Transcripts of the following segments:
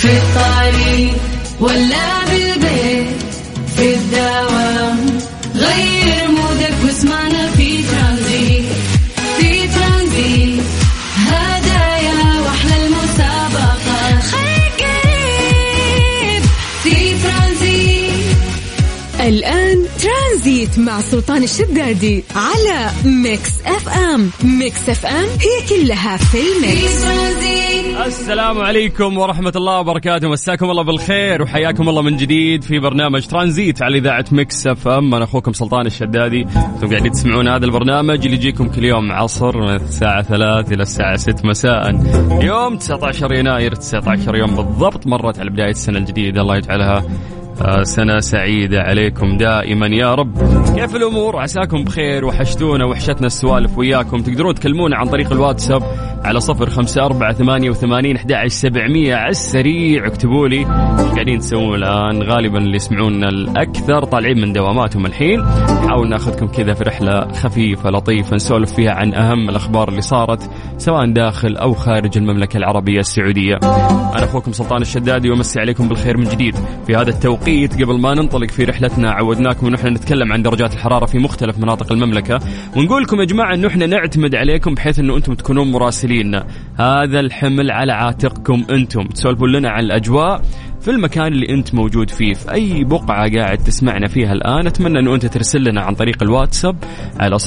في الطريق ولا بالبيت في الدوام، غير مودك واسمعنا في ترانزيت. في ترانزيت هدايا واحلى المسابقة، خليك قريب في ترانزيت. الآن ترانزيت مع سلطان الشدادي على ميكس اف ام. ميكس اف ام هي كلها في الميكس. السلام عليكم ورحمة الله وبركاته، مساكم الله بالخير وحياكم الله من جديد في برنامج ترانزيت على إذاعة ميكس اف ام. أنا أخوكم سلطان الشدادي، أنتم قاعدين تسمعون هذا البرنامج اللي يجيكم كل يوم عصر من الساعة 3 إلى الساعة 6 مساء. يوم 19 يناير، 19 يوم بالضبط مرت على بداية السنة الجديدة، الله يجعلها سنة سعيدة عليكم دائما يا رب. كيف الأمور؟ عساكم بخير، وحشتونا وحشتنا السوالف وياكم. تقدرون تكلمونا عن طريق الواتساب على 0548811700 على السريع. اكتبوا لي ايش قاعدين تسوون الآن. غالبا اللي يسمعونا الأكثر طالعين من دواماتهم الحين. نحاول ناخذكم كذا في رحلة خفيفة لطيفة نسولف فيها عن أهم الأخبار اللي صارت سواء داخل أو خارج المملكة العربية السعودية. أنا أخوكم سلطان الشدادي ومسي عليكم بالخير من جديد في هذا التوقيت. قبل ما ننطلق في رحلتنا عودناكم أنه احنا نتكلم عن درجات الحرارة في مختلف مناطق المملكة، ونقول لكم يا جماعة أنه احنا نعتمد عليكم بحيث أنه أنتم تكونون مراسليننا. هذا الحمل على عاتقكم، أنتم تسولفون لنا عن الأجواء في المكان اللي أنت موجود فيه، في أي بقعة قاعد تسمعنا فيها الآن. أتمنى أنه أنت ترسل لنا عن طريق الواتساب على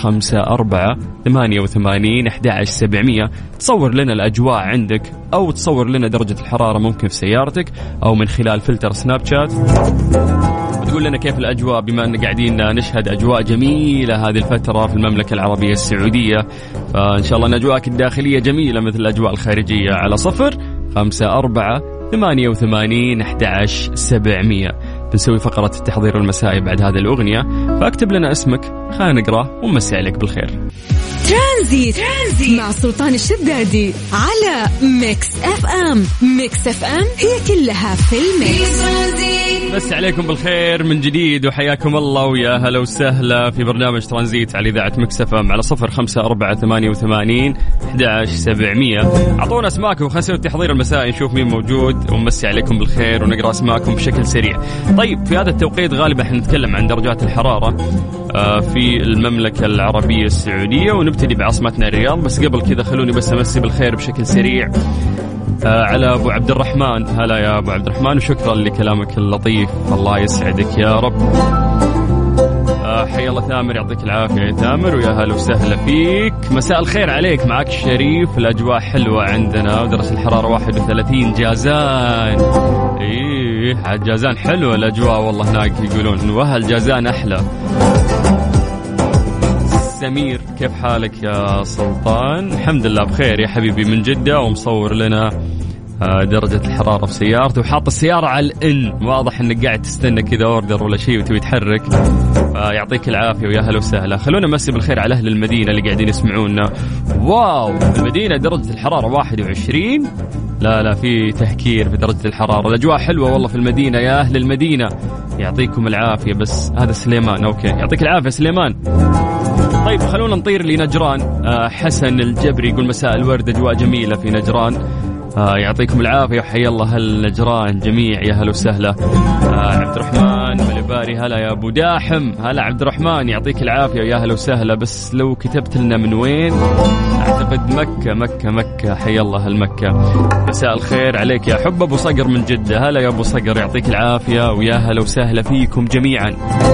0548811700. تصور لنا الأجواء عندك، أو تصور لنا درجة الحرارة ممكن في سيارتك أو من خلال فلتر سناب شات، وتقول لنا كيف الأجواء بما أن قاعدين نشهد أجواء جميلة هذه الفترة في المملكة العربية السعودية. فإن شاء الله أن أجواءك الداخلية جميلة مثل الأجواء الخارجية. على 0548811700 بنسوي فقرة التحضير المسائي بعد هذه الأغنية، فاكتب لنا اسمك خلينا نقرأ ونمسي عليك بالخير. ترانزيت مع سلطان الشدادي على ميكس اف ام. ميكس اف ام هي كلها في الميكس. بس عليكم بالخير من جديد وحياكم الله ويا هلا وسهلا في برنامج ترانزيت على إذاعة ميكس اف ام على 0548811700. أعطونا اسماءكم وخلنا نسوي التحضير المسائي نشوف مين موجود ونمسي عليكم بالخير ونقرأ اسماءكم بشكل سريع. طيب في هذا التوقيت غالبا حنتكلم عن درجات الحرارة في المملكة العربية السعودية، ونبتدي بعاصمتنا الرياض. بس قبل كذا خلوني بس أمسي بالخير بشكل سريع على أبو عبد الرحمن. هلا يا أبو عبد الرحمن وشكرا لكلامك اللطيف، الله يسعدك يا رب. حي الله ثامر، يعطيك العافية يا ثامر ويا هلا وسهلا فيك. مساء الخير عليك، معك شريف. الأجواء حلوة عندنا ودرجة الحرارة 31 جازان. إيه حد جازان حلوة الأجواء والله، هناك يقولون وهل جازان أحلى. سمير كيف حالك يا سلطان؟ الحمد لله بخير يا حبيبي من جدة، ومصور لنا درجة الحرارة في سيارته وحاط السيارة على الإن. واضح أنك قاعد تستنى كذا أوردر ولا شيء وتبي تحرك. يعطيك العافية ويا هلا وسهلا. خلونا نمسي بالخير على أهل المدينة اللي قاعدين يسمعونا. واو المدينة درجة الحرارة 21. لا في تهكير في درجة الحرارة. الأجواء حلوة والله في المدينة يا أهل المدينة، يعطيكم العافية. بس هذا سليمان، أوكي يعطيك العافية سليمان. طيب خلونا نطير لنجران. حسن الجبري يقول مساء الورد، أجواء جميلة في نجران. يعطيكم العافية وحي الله هالنجران جميع يا هلا وسهلا. عبد الرحمن ملباري هلا يا أبو داحم. هلا عبد الرحمن يعطيك العافية ويا هلا وسهلا. بس لو كتبت لنا من وين، أعتقد مكة. حي الله هالمكة. مساء الخير عليك يا حب أبو صقر من جدة. هلا يا أبو صقر يعطيك العافية ويا هلا وسهلا فيكم جميعا.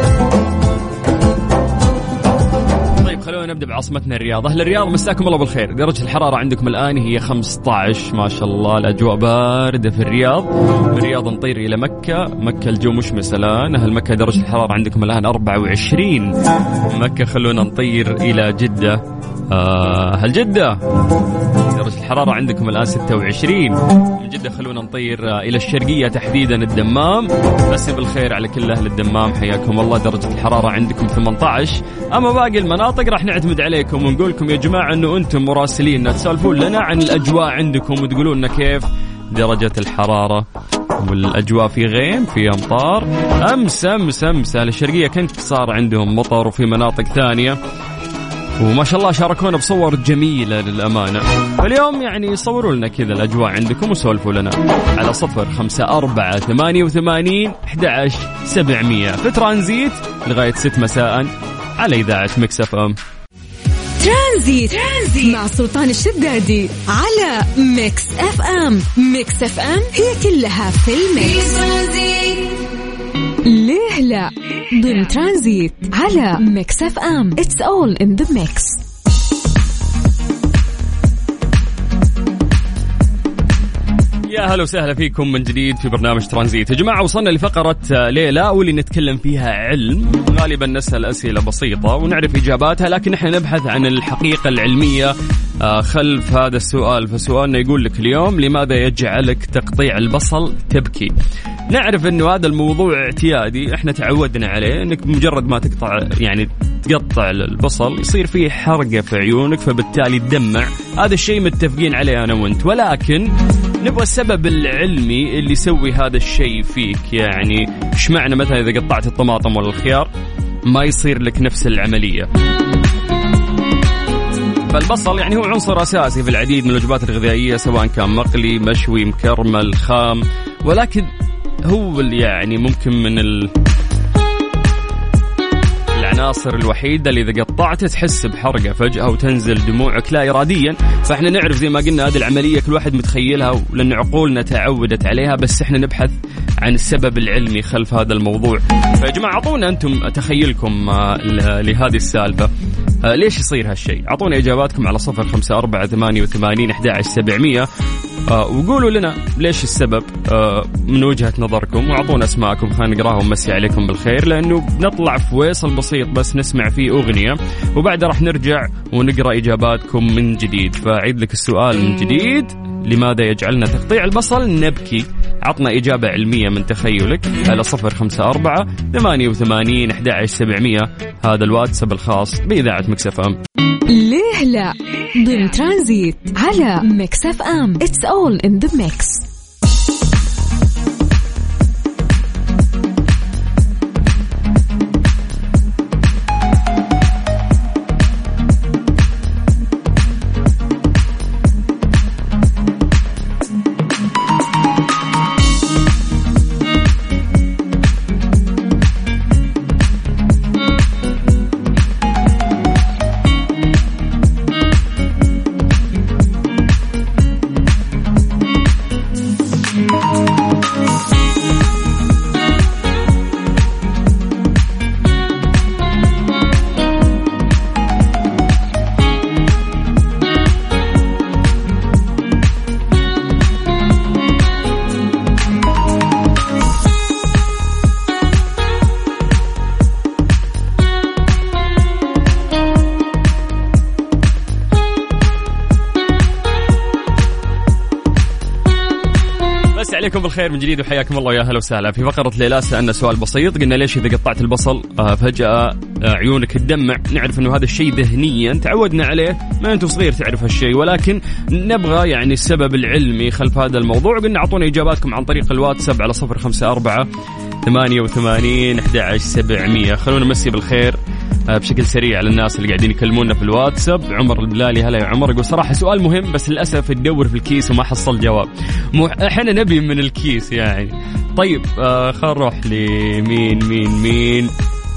خلونا نبدأ بعاصمتنا الرياض. أهل الرياض مساكم الله بالخير. درجة الحرارة عندكم الآن هي 15 ما شاء الله. الأجواء باردة في الرياض. من الرياض نطير إلى مكة الجو مشمس الآن. أهل مكة درجة الحرارة عندكم الآن 24 مكة. خلونا نطير إلى جدة. أهل جدة درجة الحرارة عندكم الآن 26 من جدة. خلونا نطير إلى الشرقية تحديدا الدمام. بس بالخير على كل أهل الدمام حياكم الله. درجة الحرارة عندكم 18. أما باقي المناطق راح نعتمد عليكم ونقول لكم يا جماعة أنه أنتم مراسلين تسولفون لنا عن الأجواء عندكم وتقولون لنا كيف درجة الحرارة. والأجواء في غيم في أمطار. أمس الشرقية كنت صار عندهم مطر وفي مناطق ثانية. وما شاء الله شاركونا بصور جميلة للأمانة. فاليوم يعني يصوروا لنا كذا الأجواء عندكم وسولفوا لنا على 0548811700 في ترانزيت لغاية 6 مساء على إذاعة ميكس اف ام. ترانزيت مع سلطان الشدادي على ميكس اف ام. ميكس اف ام هي كلها في الميكس. ليه لا ضمن ترانزيت على ميكس اف ام. It's all in the mix. يا هلا وسهلا فيكم من جديد في برنامج ترانزيت. يا جماعة وصلنا لفقرة ليلى واللي نتكلم فيها علم. غالبا نسأل أسئلة بسيطة ونعرف إجاباتها، لكن احنا نبحث عن الحقيقة العلمية خلف هذا السؤال. فسؤالنا يقول لك اليوم: لماذا يجعلك تقطيع البصل تبكي؟ نعرف انه هذا الموضوع اعتيادي احنا تعودنا عليه، انك مجرد ما تقطع البصل يصير فيه حرقة في عيونك فبالتالي تدمع. هذا الشيء متفقين عليه انا وانت، ولكن نبغى السبب العلمي اللي يسوي هذا الشيء فيك. يعني ايش معنى مثلا اذا قطعت الطماطم ولا الخيار ما يصير لك نفس العملية؟ فالبصل يعني هو عنصر أساسي في العديد من الوجبات الغذائية، سواء كان مقلي مشوي مكرمل خام، ولكن هو اللي يعني ممكن من العناصر الوحيدة اللي إذا قطعته تحس بحرقة فجأة وتنزل دموعك لا إراديا. فإحنا نعرف زي ما قلنا هذه العملية كل واحد متخيلها لأن عقولنا تعودت عليها، بس إحنا نبحث عن السبب العلمي خلف هذا الموضوع. فيا جماعة أعطونا أنتم تخيلكم لهذه السالفة. ليش يصير هالشيء؟ أعطونا إجاباتكم على 0548811700 وقولوا لنا ليش السبب من وجهة نظركم، وأعطونا أسماءكم خلينا نقراها ونمسي عليكم بالخير، لأنه بنطلع في ويصل بسيط بس نسمع فيه أغنية وبعدها راح نرجع ونقرأ إجاباتكم من جديد. فأعيد لك السؤال من جديد: لماذا يجعلنا تقطيع البصل نبكي؟ عطنا إجابة علمية من تخيلك على 0548811700. هذا الواتساب الخاص بإذاعة ميكس اف ام. ليه لا ضمن ترانزيت على ميكس اف ام. It's all in the mix. عليكم بالخير من جديد وحياكم الله ويا هلا وسهلا. في فقرة ليلى سألنا سؤال بسيط، قلنا ليش إذا قطعت البصل فجأة عيونك تدمع؟ نعرف إنه هذا الشيء ذهنيا تعودنا عليه ما أنت صغير تعرف هالشيء، ولكن نبغى يعني السبب العلمي خلف هذا الموضوع. قلنا أعطونا إجاباتكم عن طريق الواتساب على 0548811700. خلونا نمسي بالخير بشكل سريع على الناس اللي قاعدين يكلمونا في الواتساب. عمر البلالي: هلا يا عمر. يقول صراحة سؤال مهم بس للأسف تدور في الكيس وما حصل جواب. احنا نبي من الكيس يعني. طيب خل نروح لمين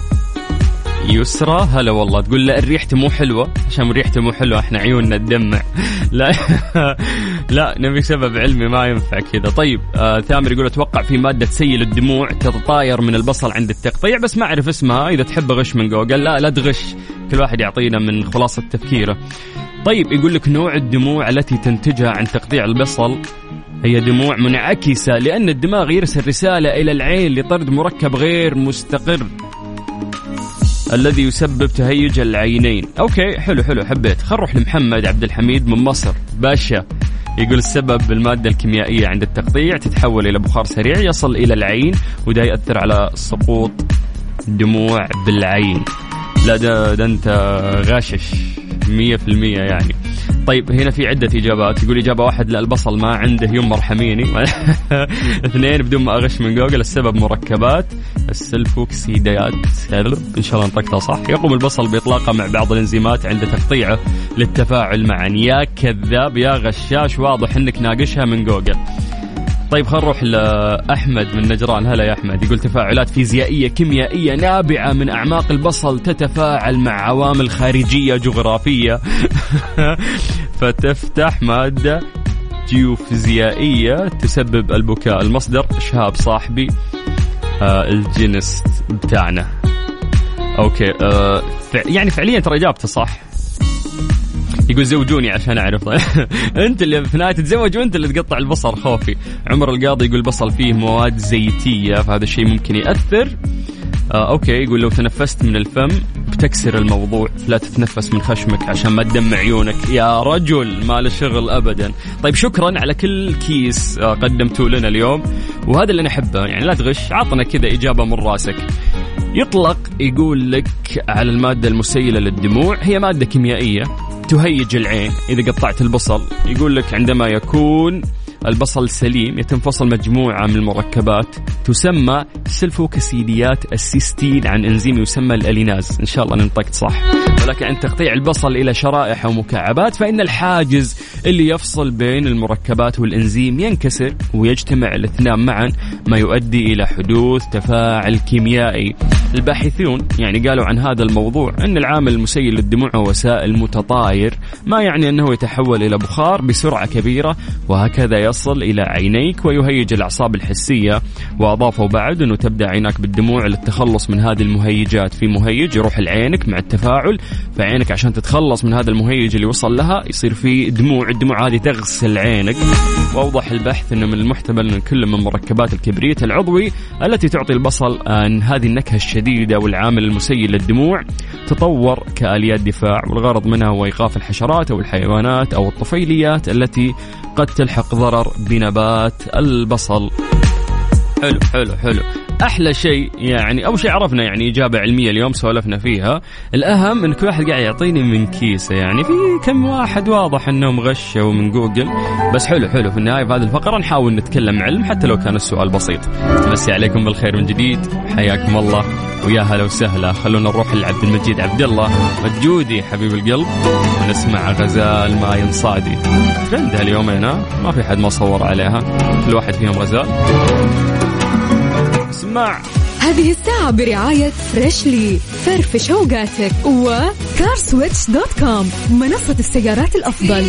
يسرى. هلا والله. تقول لا ريحته مو حلوة، عشان ريحته مو حلوة احنا عيوننا تدمع. لا لا نبي سبب علمي ما ينفع كذا. طيب ثامر يقول اتوقع في مادة تسيل الدموع تتطاير من البصل عند التقطيع، بس ما اعرف اسمها. اذا تحب غش من جوجل. لا تغش، كل واحد يعطينا من خلاصة تفكيره. طيب يقول لك نوع الدموع التي تنتجها عند تقطيع البصل هي دموع منعكسة، لأن الدماغ يرسل رسالة إلى العين لطرد مركب غير مستقر الذي يسبب تهيج العينين. أوكي حلو حبيت. خل نروح لمحمد عبد الحميد من مصر باشا. يقول السبب المادة الكيميائية عند التقطيع تتحول إلى بخار سريع يصل إلى العين، وده يأثر على سقوط دموع بالعين. لا ده أنت غاشش 100% يعني. طيب هنا في عدة إجابات. يقول إجابة 1 لا البصل ما عنده يوم مرحميني. 2 بدون ما أغش من جوجل السبب مركبات السلفوكسيدات. إن شاء الله نطقتها صح. يقوم البصل بإطلاقه مع بعض الإنزيمات عند تقطيعه للتفاعل معا. يا كذاب يا غشاش، واضح إنك ناقشها من جوجل. طيب خلينا نروح لأحمد من نجران. هلا يا أحمد. يقول تفاعلات فيزيائية كيميائية نابعة من أعماق البصل تتفاعل مع عوامل خارجية جغرافية فتفتح مادة جيوفيزيائية تسبب البكاء. المصدر شهاب صاحبي الجنس بتاعنا. أوكي يعني فعليا ترى إجابته صح. يقول زوجوني عشان أعرف. أنت اللي في نهاية تتزوج وأنت اللي تقطع البصل خوفي. عمر القاضي يقول البصل فيه مواد زيتية فهذا الشيء ممكن يأثر. أوكي يقول لو تنفست من الفم بتكسر الموضوع، لا تتنفس من خشمك عشان ما تدمع عيونك. يا رجل ما له شغل أبدا. طيب شكرا على كل كيس قدمتوا لنا اليوم، وهذا اللي نحبه يعني لا تغش، عطنا كذا إجابة من راسك. يطلق يقول لك على المادة المسيلة للدموع، هي مادة كيميائية تهيج العين إذا قطعت البصل. يقول لك عندما يكون البصل سليم يتم فصل مجموعة من المركبات تسمى سلفوكسيديات السيستين عن إنزيم يسمى الأليناز. إن شاء الله ننطقت صح. ولكن عند تقطيع البصل إلى شرائح أو مكعبات فإن الحاجز اللي يفصل بين المركبات والإنزيم ينكسر ويجتمع الاثنان معا ما يؤدي إلى حدوث تفاعل كيميائي. الباحثون يعني قالوا عن هذا الموضوع أن العامل المسيل للدموع هو سائل متطاير، ما يعني أنه يتحول إلى بخار بسرعة كبيرة وهكذا يصل إلى عينيك ويهيج الأعصاب الحسية. وأضافوا بعد أنه تبدأ عينك بالدموع للتخلص من هذه المهيجات. في مهيج يروح لعينك مع التفاعل، فعينك عشان تتخلص من هذا المهيج اللي وصل لها يصير في دموع. الدموع هذه تغسل عينك. وأوضح البحث أنه من المحتمل أن كل من مركبات الكبريت العضوي التي تعطي البصل أن هذه النكهة الشديدة والعامل المسيل للدموع تطور كآليات دفاع، والغرض منها هو إيقاف الحشرات أو الحيوانات أو الطفيليات التي قد تلحق ضرر بنبات البصل. حلو حلو حلو. أحلى شيء يعني أول شيء عرفنا يعني إجابة علمية اليوم سولفنا فيها. الأهم إن كل واحد قاعد يعطيني من كيسه، يعني في كم واحد واضح أنهم غشوا من جوجل. بس حلو حلو. في النهاية في هذه الفقرة نحاول نتكلم علم حتى لو كان السؤال بسيط. مسي عليكم بالخير من جديد، حياكم الله ويا هلا وسهلا. خلونا نروح لعبد المجيد عبد الله مجودي حبيب القلب ونسمع غزال ما ينصادي. ترند هاليومين ما في حد ما صور عليها، كل واحد فيهم غزال. اسمع. هذه الساعة برعاية فريشلي، فرفش اوقاتك، وكارسويتش.com منصة السيارات الأفضل.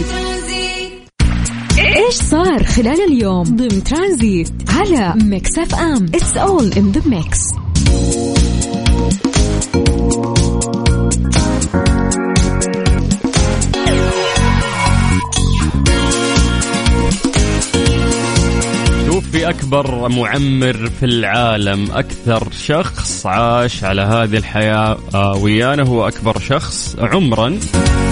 إيش صار خلال اليوم ضمن ترانزيت على ميكس اف ام. It's all in the mix. في أكبر معمر في العالم، أكثر شخص عاش على هذه الحياة ويانا، هو أكبر شخص عمرا،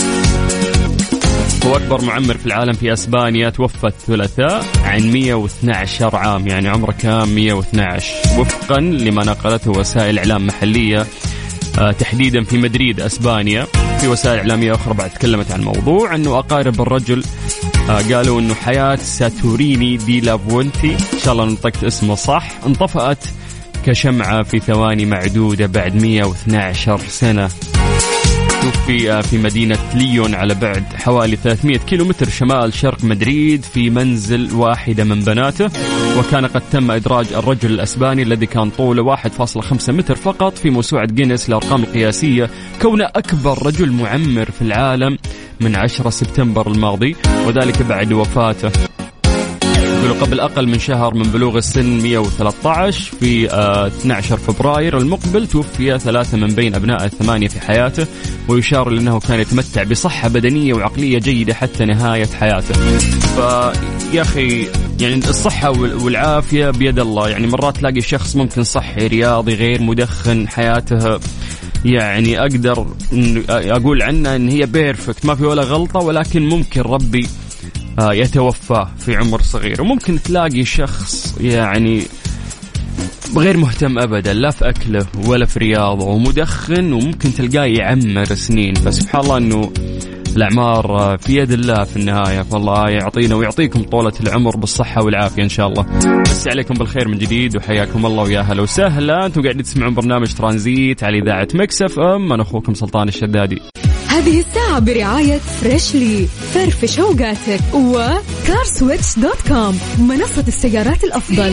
هو أكبر معمر في العالم في أسبانيا. توفى الثلاثاء عن 112 عام، يعني عمره كان 112 وفقا لما نقلته وسائل إعلام محلية تحديدا في مدريد أسبانيا. في وسائل إعلامية أخرى بعد تكلمت عن الموضوع أنه أقارب الرجل قالوا أنه حياة ساتوريني دي لافونتي، إن شاء الله نطقت اسمه صح، انطفأت كشمعة في ثواني معدودة بعد 112 سنة. توفي في مدينة ليون على بعد حوالي 300 كيلومتر شمال شرق مدريد في منزل واحدة من بناته. وكان قد تم إدراج الرجل الأسباني الذي كان طوله 1.5 متر فقط في موسوعة جينيس للأرقام القياسية، كونه أكبر رجل معمر في العالم من 10 سبتمبر الماضي، وذلك بعد وفاته قبل أقل من شهر من بلوغ السن 113. في 12 فبراير المقبل توفي 3 من بين أبناء 8 في حياته، ويشار لأنه كان يتمتع بصحة بدنية وعقلية جيدة حتى نهاية حياته. فيا أخي يعني الصحة والعافية بيد الله. يعني مرات تلاقي شخص ممكن صحي رياضي غير مدخن، حياته يعني أقدر أقول عنه أن هي بيرفكت ما في ولا غلطة، ولكن ممكن ربي يتوفاه في عمر صغير. وممكن تلاقي شخص يعني غير مهتم أبدا لا في أكله ولا في رياضه ومدخن، وممكن تلقاه يعمر سنين. فسبحان الله أنه الأعمار في يد الله في النهاية، فالله يعطينا ويعطيكم طولة العمر بالصحة والعافية إن شاء الله. بس عليكم بالخير من جديد وحياكم الله ويا هلا وسهلا. أنتم قاعدين تسمعون برنامج ترانزيت على إذاعة ميكس اف ام. أنا أخوكم سلطان الشدادي. هذه الساعة برعاية فريشلي، فرفش اوقاتك، وكارسويتش.com منصة السيارات الأفضل.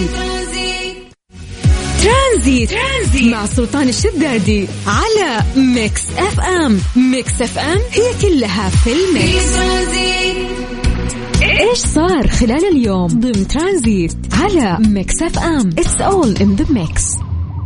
ترانزيت مع سلطان الشدادي على ميكس اف ام. ميكس اف ام هي كلها في الميكس. ايش صار خلال اليوم ضمن ترانزيت على ميكس اف ام. It's all in the mix.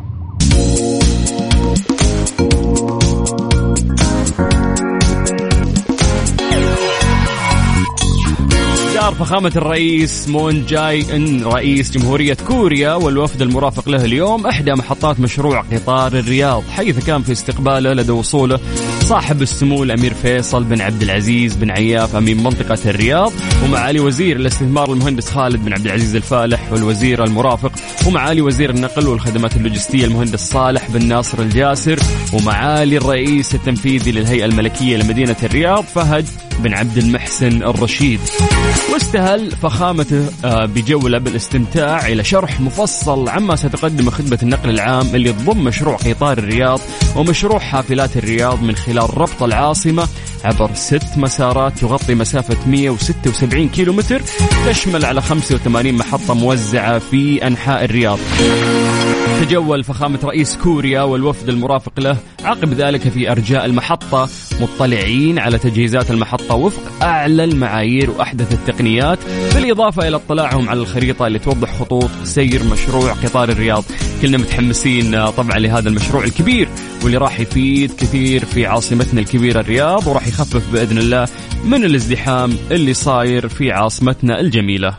فخامة الرئيس مون جاي إن رئيس جمهورية كوريا والوفد المرافق له اليوم إحدى محطات مشروع قطار الرياض، حيث كان في استقباله لدى وصوله صاحب السمو الأمير فيصل بن عبد العزيز بن عياف أمين منطقة الرياض، ومعالي وزير الاستثمار المهندس خالد بن عبد العزيز الفالح، والوزير المرافق ومعالي وزير النقل والخدمات اللوجستية المهندس صالح بن ناصر الجاسر، ومعالي الرئيس التنفيذي للهيئة الملكية لمدينة الرياض فهد بن عبد المحسن الرشيد. واستهل فخامته بجولة بالاستمتاع إلى شرح مفصل عما ستقدم خدمة النقل العام اللي تضم مشروع قطار الرياض ومشروع حافلات الرياض من خلال ربط العاصمة عبر 6 مسارات تغطي مسافة 176 كيلومتر، تشمل على 85 محطة موزعة في أنحاء الرياض. تجول فخامة رئيس كوريا والوفد المرافق له عقب ذلك في أرجاء المحطة، مطلعين على تجهيزات المحطة وفق أعلى المعايير وأحدث التقنيات، بالإضافة إلى اطلاعهم على الخريطة اللي توضح خطوط سير مشروع قطار الرياض. كلنا متحمسين طبعا لهذا المشروع الكبير واللي راح يفيد كثير في عاصمتنا الكبيرة الرياض، وراح يخفف بإذن الله من الازدحام اللي صاير في عاصمتنا الجميلة.